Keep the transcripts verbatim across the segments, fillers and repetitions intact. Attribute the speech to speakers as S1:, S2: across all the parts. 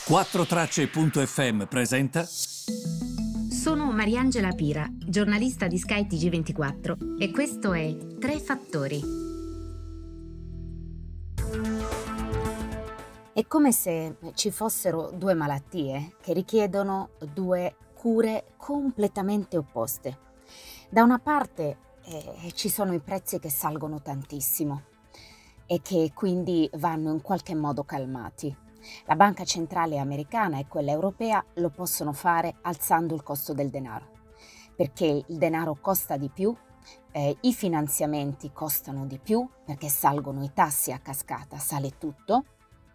S1: quattro tracce punto effe emme presenta.
S2: Sono Mariangela Pira, giornalista di Sky T G ventiquattro e questo è Tre Fattori.
S3: È come se ci fossero due malattie che richiedono due cure completamente opposte. Da una parte eh, ci sono i prezzi che salgono tantissimo e che quindi vanno in qualche modo calmati. La banca centrale americana e quella europea lo possono fare alzando il costo del denaro, perché il denaro costa di più, eh, i finanziamenti costano di più perché salgono i tassi a cascata, sale tutto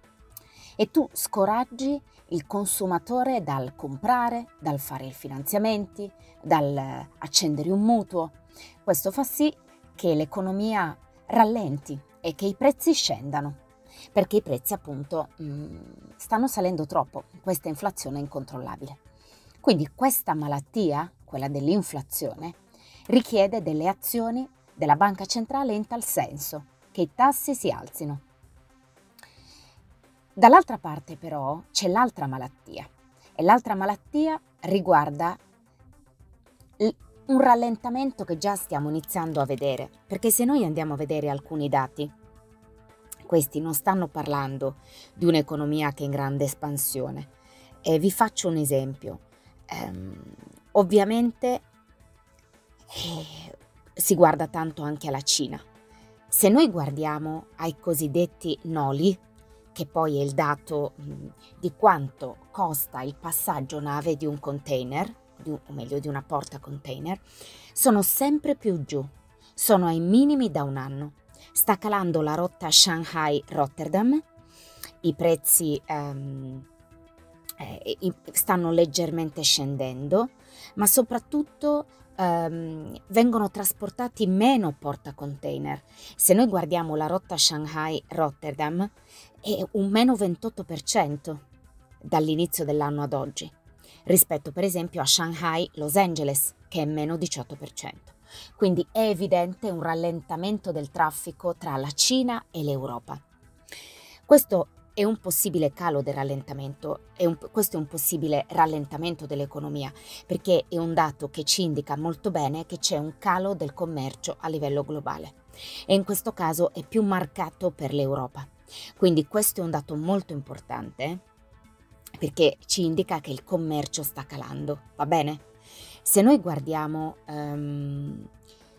S3: e tu scoraggi il consumatore dal comprare, dal fare i finanziamenti, dal accendere un mutuo. Questo fa sì che l'economia rallenti e che i prezzi scendano, perché i prezzi appunto mh, stanno salendo troppo, questa inflazione è incontrollabile. Quindi questa malattia, quella dell'inflazione, richiede delle azioni della banca centrale in tal senso, che i tassi si alzino. Dall'altra parte però c'è l'altra malattia e l'altra malattia riguarda l- un rallentamento che già stiamo iniziando a vedere, perché se noi andiamo a vedere alcuni dati, questi non stanno parlando di un'economia che è in grande espansione. E vi faccio un esempio. Ehm, ovviamente eh, si guarda tanto anche alla Cina. Se noi guardiamo ai cosiddetti noli, che poi è il dato mh, di quanto costa il passaggio nave di un container, di un, o meglio di una porta container, sono sempre più giù, sono ai minimi da un anno. Sta calando la rotta Shanghai-Rotterdam, i prezzi ehm, eh, stanno leggermente scendendo, ma soprattutto ehm, vengono trasportati meno portacontainer. Se noi guardiamo la rotta Shanghai-Rotterdam è un meno ventotto per cento dall'inizio dell'anno ad oggi, rispetto per esempio a Shanghai-Los Angeles che è meno diciotto per cento. Quindi è evidente un rallentamento del traffico tra la Cina e l'Europa. Questo è un possibile calo del rallentamento, è un, questo è un possibile rallentamento dell'economia, perché è un dato che ci indica molto bene che c'è un calo del commercio a livello globale e in questo caso è più marcato per l'Europa. Quindi questo è un dato molto importante perché ci indica che il commercio sta calando, va bene? Se noi guardiamo um,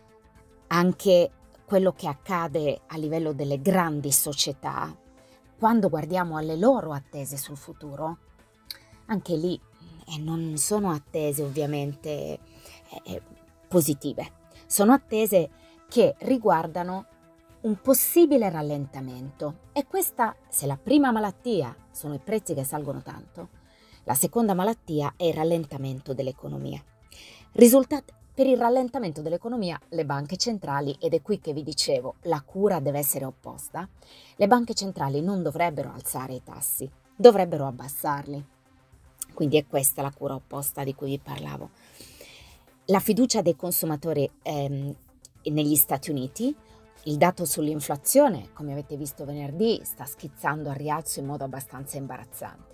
S3: anche quello che accade a livello delle grandi società, quando guardiamo alle loro attese sul futuro, anche lì eh, non sono attese ovviamente eh, positive, sono attese che riguardano un possibile rallentamento. E questa, se la prima malattia sono i prezzi che salgono tanto, la seconda malattia è il rallentamento dell'economia. Risultati per il rallentamento dell'economia le banche centrali, ed è qui che vi dicevo, la cura deve essere opposta, le banche centrali non dovrebbero alzare i tassi, dovrebbero abbassarli. Quindi è questa la cura opposta di cui vi parlavo. La fiducia dei consumatori ehm, negli Stati Uniti, il dato sull'inflazione, come avete visto venerdì, sta schizzando al rialzo in modo abbastanza imbarazzante.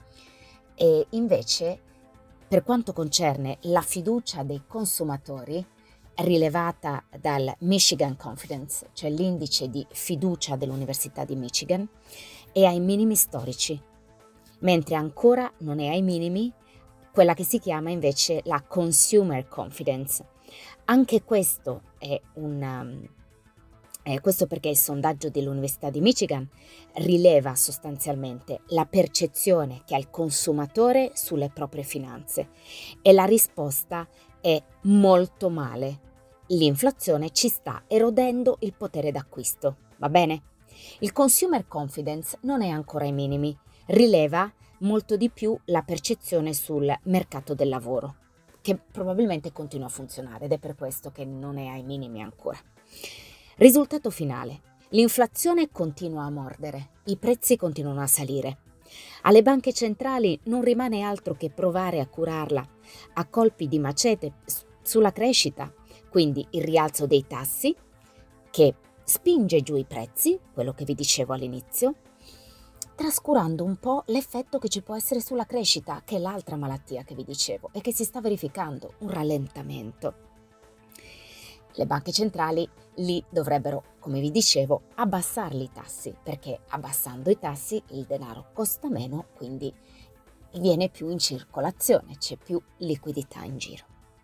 S3: E invece, per quanto concerne la fiducia dei consumatori, rilevata dal Michigan Confidence, cioè l'indice di fiducia dell'Università di Michigan, è ai minimi storici, mentre ancora non è ai minimi quella che si chiama invece la Consumer Confidence. Anche questo è un... Eh, questo perché il sondaggio dell'Università di Michigan rileva sostanzialmente la percezione che ha il consumatore sulle proprie finanze e la risposta è molto male. L'inflazione ci sta erodendo il potere d'acquisto, va bene? Il consumer confidence non è ancora ai minimi, rileva molto di più la percezione sul mercato del lavoro, che probabilmente continua a funzionare ed è per questo che non è ai minimi ancora. Risultato finale: l'inflazione continua a mordere, i prezzi continuano a salire. Alle banche centrali non rimane altro che provare a curarla a colpi di macete sulla crescita, quindi il rialzo dei tassi che spinge giù i prezzi, quello che vi dicevo all'inizio, trascurando un po' l'effetto che ci può essere sulla crescita, che è l'altra malattia che vi dicevo e che si sta verificando, un rallentamento. Le banche centrali lì dovrebbero, come vi dicevo, abbassarli i tassi, perché abbassando i tassi il denaro costa meno, quindi viene più in circolazione, c'è più liquidità in giro.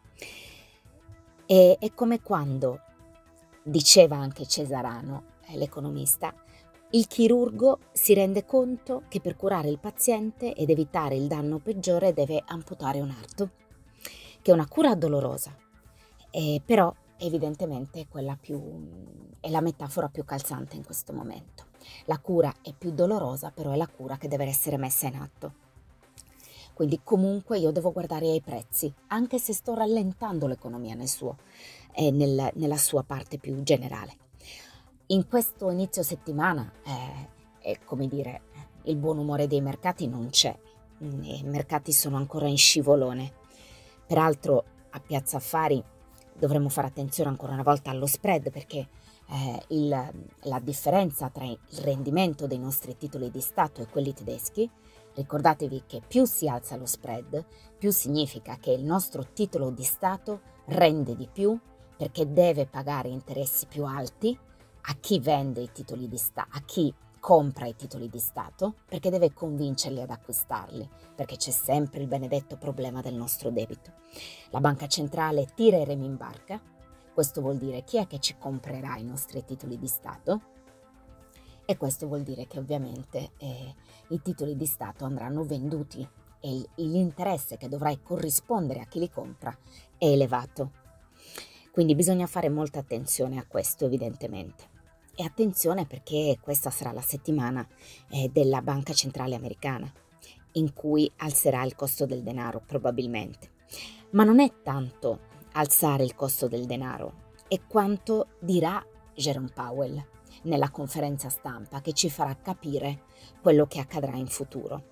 S3: E è come quando, diceva anche Cesarano, eh, l'economista, il chirurgo si rende conto che per curare il paziente ed evitare il danno peggiore deve amputare un arto, che è una cura dolorosa, eh, però evidentemente è quella più, è la metafora più calzante in questo momento. La cura è più dolorosa, però è la cura che deve essere messa in atto. Quindi comunque io devo guardare ai prezzi, anche se sto rallentando l'economia nel suo, eh, nel, nella sua parte più generale. In questo inizio settimana, eh, è come dire, il buon umore dei mercati non c'è, i mercati sono ancora in scivolone. Peraltro a Piazza Affari dovremmo fare attenzione ancora una volta allo spread, perché eh, il, la differenza tra il rendimento dei nostri titoli di Stato e quelli tedeschi, ricordatevi che più si alza lo spread, più significa che il nostro titolo di Stato rende di più perché deve pagare interessi più alti a chi vende i titoli di Stato, a chi compra i titoli di Stato, perché deve convincerli ad acquistarli, perché c'è sempre il benedetto problema del nostro debito. La banca centrale tira i remi in barca, questo vuol dire chi è che ci comprerà i nostri titoli di Stato, e questo vuol dire che ovviamente eh, i titoli di Stato andranno venduti e l'interesse che dovrai corrispondere a chi li compra è elevato. Quindi bisogna fare molta attenzione a questo, evidentemente. E attenzione perché questa sarà la settimana eh, della Banca Centrale Americana, in cui alzerà il costo del denaro probabilmente. Ma non è tanto alzare il costo del denaro, è quanto dirà Jerome Powell nella conferenza stampa che ci farà capire quello che accadrà in futuro.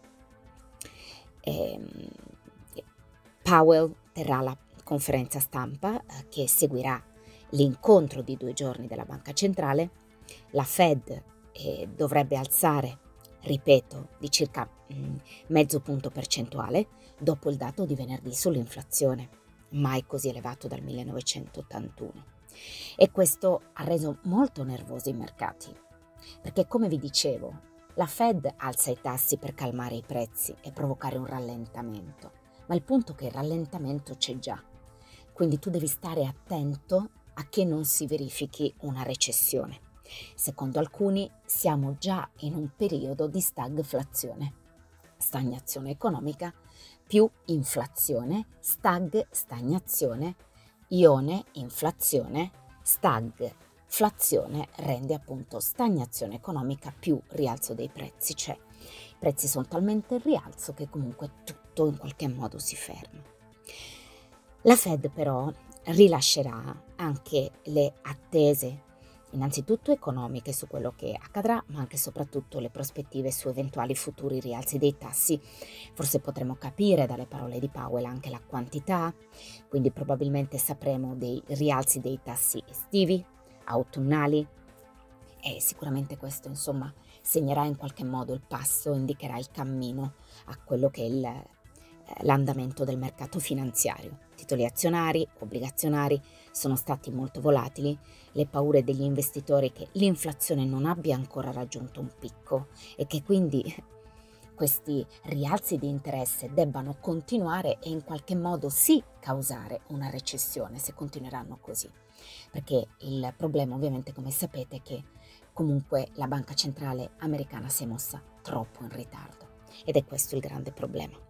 S3: E Powell terrà la conferenza stampa eh, che seguirà l'incontro di due giorni della Banca Centrale. La Fed eh, dovrebbe alzare, ripeto, di circa mh, mezzo punto percentuale dopo il dato di venerdì sull'inflazione, mai così elevato dal millenovecentottantuno. E questo ha reso molto nervosi i mercati, perché come vi dicevo, la Fed alza i tassi per calmare i prezzi e provocare un rallentamento, ma il punto è che il rallentamento c'è già, quindi tu devi stare attento a che non si verifichi una recessione. Secondo alcuni siamo già in un periodo di stagflazione, stagnazione economica più inflazione, stag, stagnazione, ione, inflazione, stagflazione rende appunto stagnazione economica più rialzo dei prezzi, cioè i prezzi sono talmente in rialzo che comunque tutto in qualche modo si ferma. La Fed però rilascerà anche le attese innanzitutto economiche su quello che accadrà, ma anche e soprattutto le prospettive su eventuali futuri rialzi dei tassi. Forse potremo capire dalle parole di Powell anche la quantità, quindi probabilmente sapremo dei rialzi dei tassi estivi, autunnali, e sicuramente questo insomma segnerà in qualche modo il passo, indicherà il cammino a quello che è il l'andamento del mercato finanziario. Titoli azionari, obbligazionari sono stati molto volatili, le paure degli investitori che l'inflazione non abbia ancora raggiunto un picco e che quindi questi rialzi di interesse debbano continuare e in qualche modo sì causare una recessione se continueranno così. Perché il problema ovviamente, come sapete, è che comunque la banca centrale americana si è mossa troppo in ritardo ed è questo il grande problema.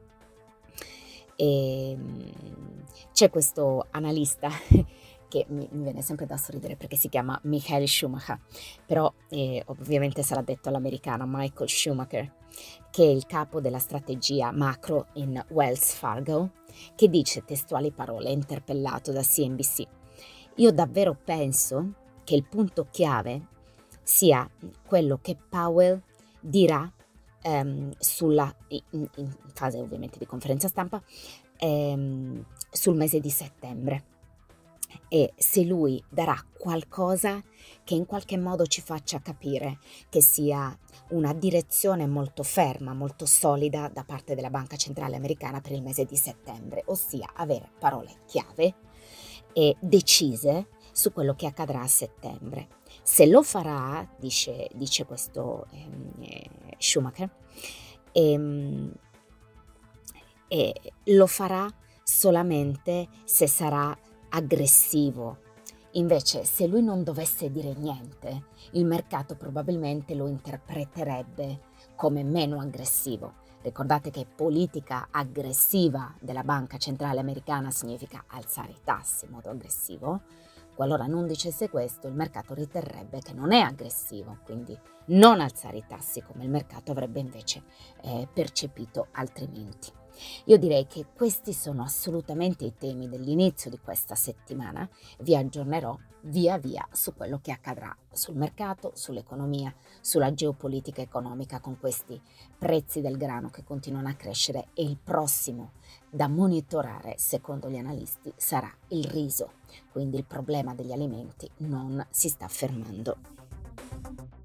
S3: E c'è questo analista che mi, mi viene sempre da sorridere perché si chiama Michael Schumacher, però eh, ovviamente sarà detto all'americana Michael Schumacher, che è il capo della strategia macro in Wells Fargo, che dice testuali parole, interpellato da C N B C: io davvero penso che il punto chiave sia quello che Powell dirà ehm, sulla, in, in fase ovviamente di conferenza stampa, ehm, sul mese di settembre. e se lui darà qualcosa che in qualche modo ci faccia capire che sia una direzione molto ferma, molto solida da parte della Banca Centrale Americana per il mese di settembre, ossia avere parole chiave e decise su quello che accadrà a settembre. Se lo farà, dice, dice questo ehm, eh, Schumacher, ehm, e lo farà solamente se sarà aggressivo. Invece, se lui non dovesse dire niente, il mercato probabilmente lo interpreterebbe come meno aggressivo. Ricordate che politica aggressiva della Banca Centrale Americana significa alzare i tassi in modo aggressivo. Qualora non dicesse questo, il mercato riterrebbe che non è aggressivo, quindi non alzare i tassi come il mercato avrebbe invece eh, percepito altrimenti. Io direi che questi sono assolutamente i temi dell'inizio di questa settimana. Vi aggiornerò via via su quello che accadrà sul mercato, sull'economia, sulla geopolitica economica con questi prezzi del grano che continuano a crescere, e il prossimo da monitorare, secondo gli analisti, sarà il riso. Quindi il problema degli alimenti non si sta fermando.